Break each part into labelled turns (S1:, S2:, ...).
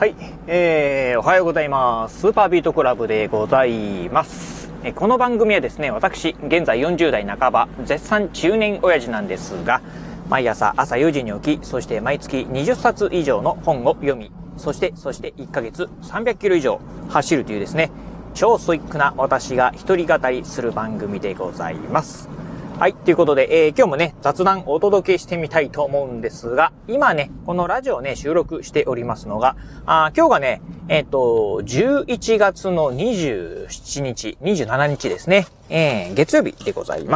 S1: はい、おはようございます。スーパービートクラブでございます。この番組はですね、私、現在40代半ば、絶賛中年親父なんですが、毎朝4時に起き、そして毎月20冊以上の本を読み、そして1ヶ月300キロ以上走るというですね、超ストイックな私が一人語りする番組でございます。はい。ということで、今日もね、雑談をお届けしてみたいと思うんですが、今ね、このラジオをね、収録しておりますのが、今日がね、11月の27日ですね。月曜日でございます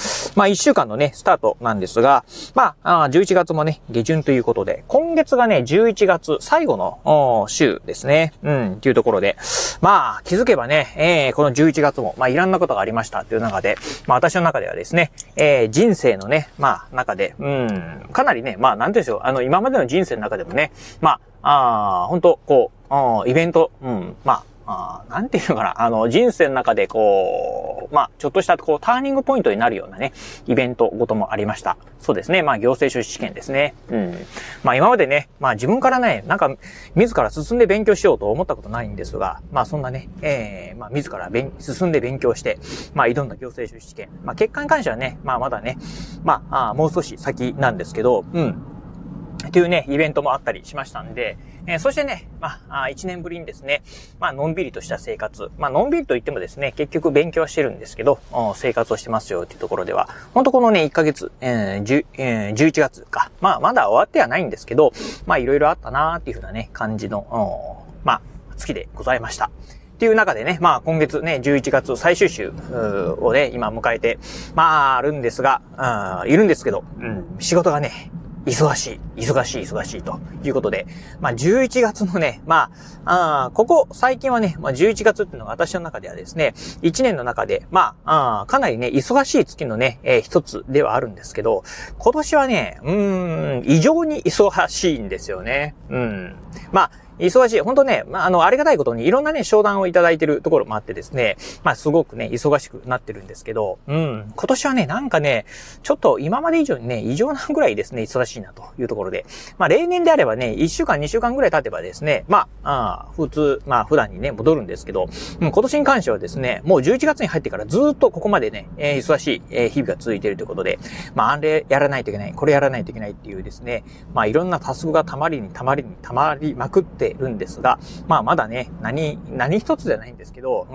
S1: 。1週間のね、スタートなんですが、11月もね、下旬ということで、今月がね、11月最後の週ですね。っていうところで、気づけばね、この11月も、いろんなことがありましたという中で、私の中ではですね、人生のね、中で、かなりね、なんて言うんでしょう、今までの人生の中でもね、本当こう、イベント、なんていうのかな、人生の中でこう、ちょっとしたこう、ターニングポイントになるようなね、イベントごともありました。そうですね、行政書士試験ですね。今までね、自分からね、自ら進んで勉強しようと思ったことないんですが、そんなね、自ら進んで勉強して、挑んだ行政書士試験。結果に関してはね、まだね、もう少し先なんですけど、っていうね、イベントもあったりしましたんで、そしてね、1年ぶりにですね、のんびりとした生活。のんびりと言ってもですね、結局勉強はしてるんですけど、生活をしてますよっていうところでは、ほんとこのね、1ヶ月、11月か。まだ終わってはないんですけど、いろいろあったなーっていうふうなね、感じの、月でございました。っていう中でね、今月ね、11月最終週をね、今迎えて、あるんですが、いるんですけど、仕事がね、忙しいということで、11月のね、ここ最近はね、11月っていうのが私の中ではですね、1年の中で、かなりね、忙しい月のね、一つではあるんですけど、今年はね、異常に忙しいんですよね。忙しい。本当ね、ありがたいことにいろんなね、商談をいただいてるところもあってですね、すごくね、忙しくなってるんですけど、今年はね、ちょっと今まで以上にね、異常なぐらいですね、忙しいなというところで、例年であればね、1週間、2週間ぐらい経てばですね、普段にね、戻るんですけど、今年に関してはですね、もう11月に入ってからずっとここまでね、忙しい、日々が続いているということで、あれやらないといけない、これやらないといけないっていうですね、いろんなタスクがたまりまくってるんですが、まだね、何一つじゃないんですけど、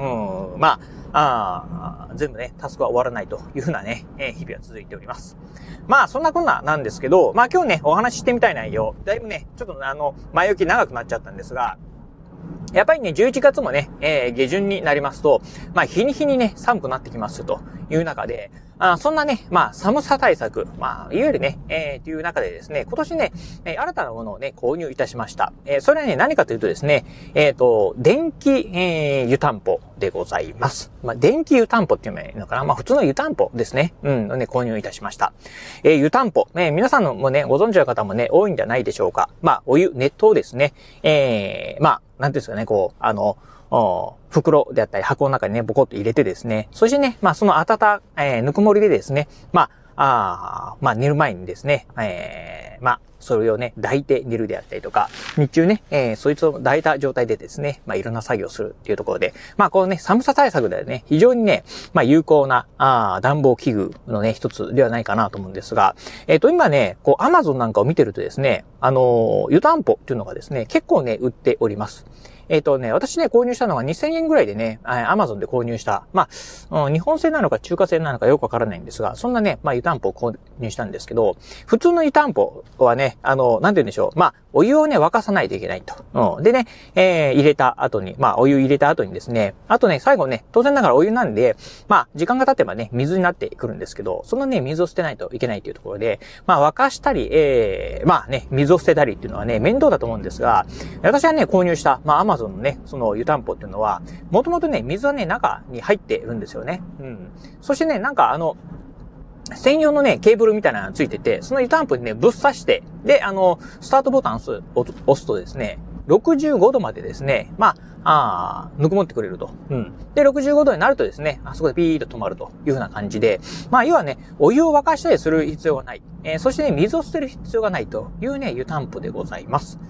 S1: 全部ね、タスクは終わらないというふうなね、日々が続いております。そんなこんななんですけど、今日ね、お話ししてみたい内容、だいぶね、ちょっと前置き長くなっちゃったんですが、やっぱりね、11月もね、下旬になりますと、日に日にね、寒くなってきますという中で、そんなね、寒さ対策、いわゆるね、という中でですね、今年ね、新たなものをね、購入いたしました。それはね、何かというとですね、電気、湯たんぽでございます。電気湯たんぽっていうのがいいのかな、普通の湯たんぽですね。購入いたしました。湯たんぽ、皆さんのもね、ご存知の方もね、多いんじゃないでしょうか。お湯、熱湯ですね。なんていうんですかね、袋であったり箱の中にね、ボコッと入れてですね、そしてね、そのぬくもりでですね、寝る前にですね、それをね、抱いて寝るであったりとか、日中ね、そいつを抱いた状態でですね、いろんな作業をするっていうところで、このね、寒さ対策ではね、非常にね、有効な、暖房器具のね、一つではないかなと思うんですが、今ね、Amazon なんかを見てるとですね、湯たんぽっていうのがですね、結構ね、売っております。私ね、購入したのが2000円ぐらいでね、Amazon で購入した。日本製なのか中華製なのかよくわからないんですが、そんなね、湯たんぽを購入したんですけど、普通の湯たんぽはね、なんて言うんでしょう。お湯をね、沸かさないといけないと。でね、入れた後に、お湯入れた後にですね、あとね、最後ね、当然ながらお湯なんで、時間が経てばね、水になってくるんですけど、そのね、水を捨てないといけないというところで、沸かしたり、水を捨てたりっていうのはね、面倒だと思うんですが、私はね、購入した、Amazon のね、その湯たんぽっていうのは、もともとね、水はね、中に入ってるんですよね。そしてね、専用のね、ケーブルみたいなのがついてて、その湯たんぽにね、ぶっ刺して、で、スタートボタンを押すとですね、65度までですね、ぬくもってくれると。で、65度になるとですね、そこでピーッと止まるというふうな感じで、要はね、お湯を沸かしたりする必要がない。そしてね、水を捨てる必要がないというね、湯たんぽでございます。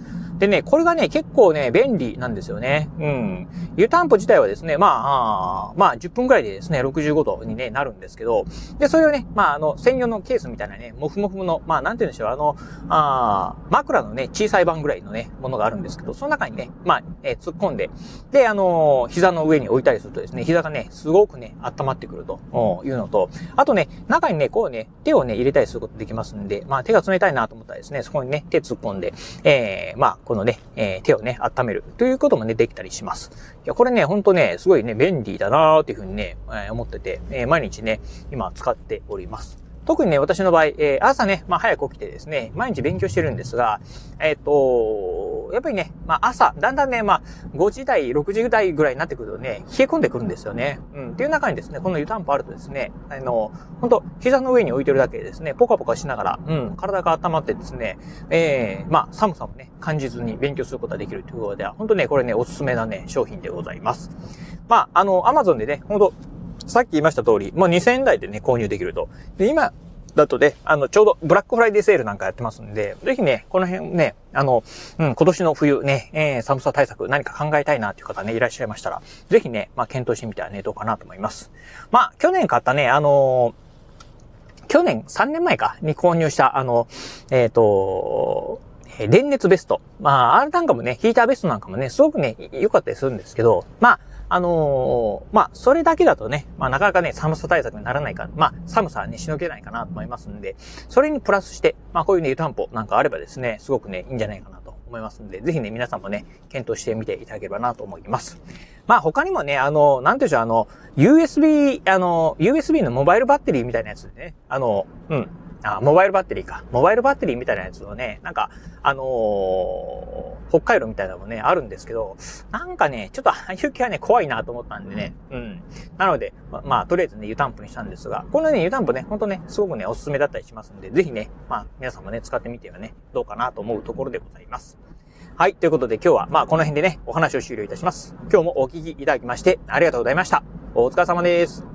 S1: でね、これがね、結構ね、便利なんですよね。湯たんぽ自体はですね、10分くらいでですね、65度にね、なるんですけど、で、それをね、専用のケースみたいなね、モフモフの、なんて言うんでしょう、枕のね、小さい版ぐらいのね、ものがあるんですけど、その中にね、突っ込んで、で、膝の上に置いたりするとですね、膝がね、すごくね、温まってくるというのと、あとね、中にね、こうね、手をね、入れたりすることできますんで、手が冷たいなと思ったらですね、そこにね、手突っ込んで、このね、手をね、温めるということもね、できたりします。いや、これね、ほんとね、すごいね、便利だなーっていうふうにね、思ってて、毎日ね、今使っております。特にね、私の場合、朝ね、早く起きてですね、毎日勉強してるんですが、やっぱりね、朝、だんだんね、5時台、6時台ぐらいになってくるとね、冷え込んでくるんですよね。っていう中にですね、この湯たんぽあるとですね、ほんと、膝の上に置いてるだけでですね、ポカポカしながら、体が温まってですね、寒さもね、感じずに勉強することができるということでは、ほんとね、これね、おすすめなね、商品でございます。Amazon でね、ほんと、さっき言いました通り、もう2000円台でね、購入できると。で、今だとね、ちょうどブラックフライデーセールなんかやってますんで、ぜひね、この辺ね、今年の冬ね、寒さ対策何か考えたいなっていう方ね、いらっしゃいましたら、ぜひね、検討してみたらね、どうかなと思います。去年買ったね、去年、3年前か、に購入した、電熱ベスト。あれなんかもね、ヒーターベストなんかもね、すごくね、良かったりするんですけど、それだけだとね、なかなかね、寒さ対策にならないから、寒さはね、しのげないかなと思いますんで、それにプラスして、こういうね、湯たんぽなんかあればですね、すごくね、いいんじゃないかなと思いますんで、ぜひね、皆さんもね、検討してみていただければなと思います。他にもね、なんていうんでしょう、USB のモバイルバッテリーみたいなやつでね、モバイルバッテリーか。モバイルバッテリーみたいなやつをね、なんか、北海道みたいなのもね、あるんですけど、なんかね、ちょっとああいう系はね、怖いなと思ったんでね。なので、とりあえずね、湯たんぽにしたんですが、このね、湯たんぽね、ほんとね、すごくね、おすすめだったりしますんで、ぜひね、皆さんもね、使ってみてはね、どうかなと思うところでございます。はい、ということで今日は、この辺でね、お話を終了いたします。今日もお聞きいただきまして、ありがとうございました。お疲れ様です。